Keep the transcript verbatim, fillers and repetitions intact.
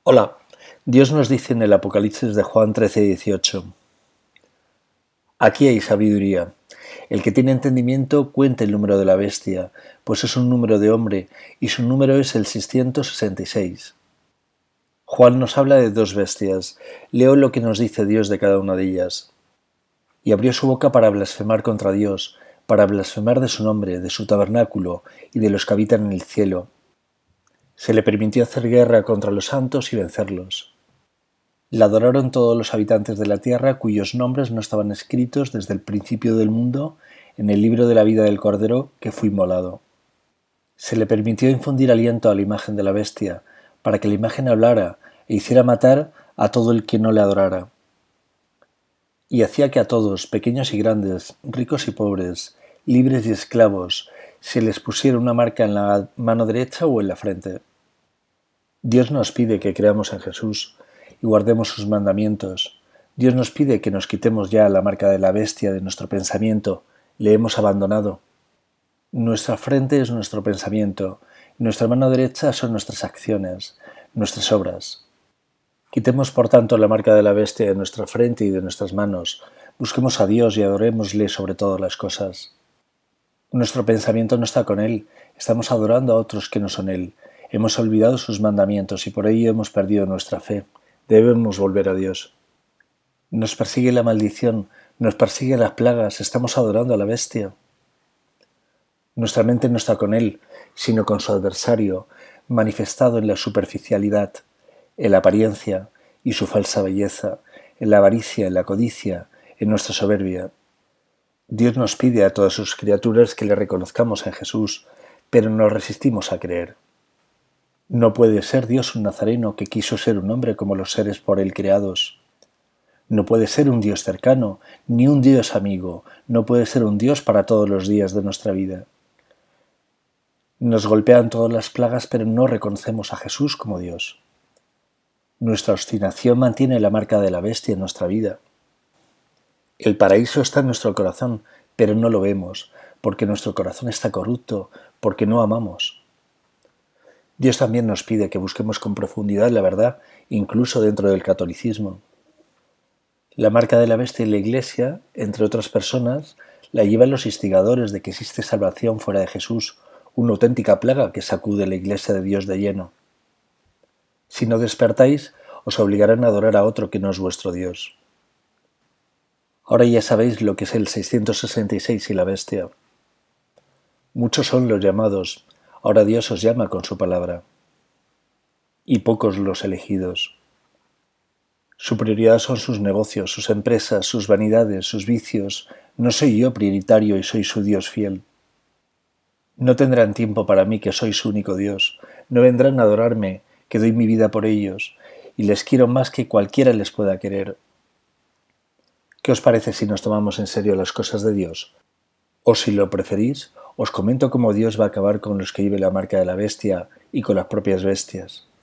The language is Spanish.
Hola, Dios nos dice en el Apocalipsis de Juan trece dieciocho: Aquí hay sabiduría. El que tiene entendimiento cuente el número de la bestia, pues es un número de hombre, y su número es el seiscientos sesenta y seis. Juan nos habla de dos bestias. Leo lo que nos dice Dios de cada una de ellas. Y abrió su boca para blasfemar contra Dios, para blasfemar de su nombre, de su tabernáculo, y de los que habitan en el cielo. Se le permitió hacer guerra contra los santos y vencerlos. La adoraron todos los habitantes de la tierra cuyos nombres no estaban escritos desde el principio del mundo en el libro de la vida del Cordero que fue inmolado. Se le permitió infundir aliento a la imagen de la bestia, para que la imagen hablara e hiciera matar a todo el que no le adorara. Y hacía que a todos, pequeños y grandes, ricos y pobres, libres y esclavos, se les pusiera una marca en la mano derecha o en la frente. Dios nos pide que creamos en Jesús y guardemos sus mandamientos. Dios nos pide que nos quitemos ya la marca de la bestia de nuestro pensamiento. Le hemos abandonado. Nuestra frente es nuestro pensamiento, nuestra mano derecha son nuestras acciones, nuestras obras. Quitemos por tanto la marca de la bestia de nuestra frente y de nuestras manos. Busquemos a Dios y adorémosle sobre todas las cosas. Nuestro pensamiento no está con Él, estamos adorando a otros que no son Él. Hemos olvidado sus mandamientos y por ello hemos perdido nuestra fe. Debemos volver a Dios. Nos persigue la maldición, nos persigue las plagas, estamos adorando a la bestia. Nuestra mente no está con Él, sino con su adversario, manifestado en la superficialidad, en la apariencia y su falsa belleza, en la avaricia, en la codicia, en nuestra soberbia. Dios nos pide a todas sus criaturas que le reconozcamos en Jesús, pero nos resistimos a creer. No puede ser Dios un nazareno que quiso ser un hombre como los seres por Él creados. No puede ser un Dios cercano, ni un Dios amigo, no puede ser un Dios para todos los días de nuestra vida. Nos golpean todas las plagas, pero no reconocemos a Jesús como Dios. Nuestra obstinación mantiene la marca de la bestia en nuestra vida. El paraíso está en nuestro corazón, pero no lo vemos, porque nuestro corazón está corrupto, porque no amamos. Dios también nos pide que busquemos con profundidad la verdad, incluso dentro del catolicismo. La marca de la bestia en la Iglesia, entre otras personas, la llevan los instigadores de que existe salvación fuera de Jesús, una auténtica plaga que sacude la Iglesia de Dios de lleno. Si no despertáis, os obligarán a adorar a otro que no es vuestro Dios. Ahora ya sabéis lo que es el seiscientos sesenta y seis y la bestia. Muchos son los llamados, ahora Dios os llama con su palabra. Y pocos los elegidos. Su prioridad son sus negocios, sus empresas, sus vanidades, sus vicios. No soy yo prioritario y soy su Dios fiel. No tendrán tiempo para mí que soy su único Dios. No vendrán a adorarme, que doy mi vida por ellos, y les quiero más que cualquiera les pueda querer. ¿Qué os parece si nos tomamos en serio las cosas de Dios? O si lo preferís, os comento cómo Dios va a acabar con los que lleven la marca de la bestia y con las propias bestias.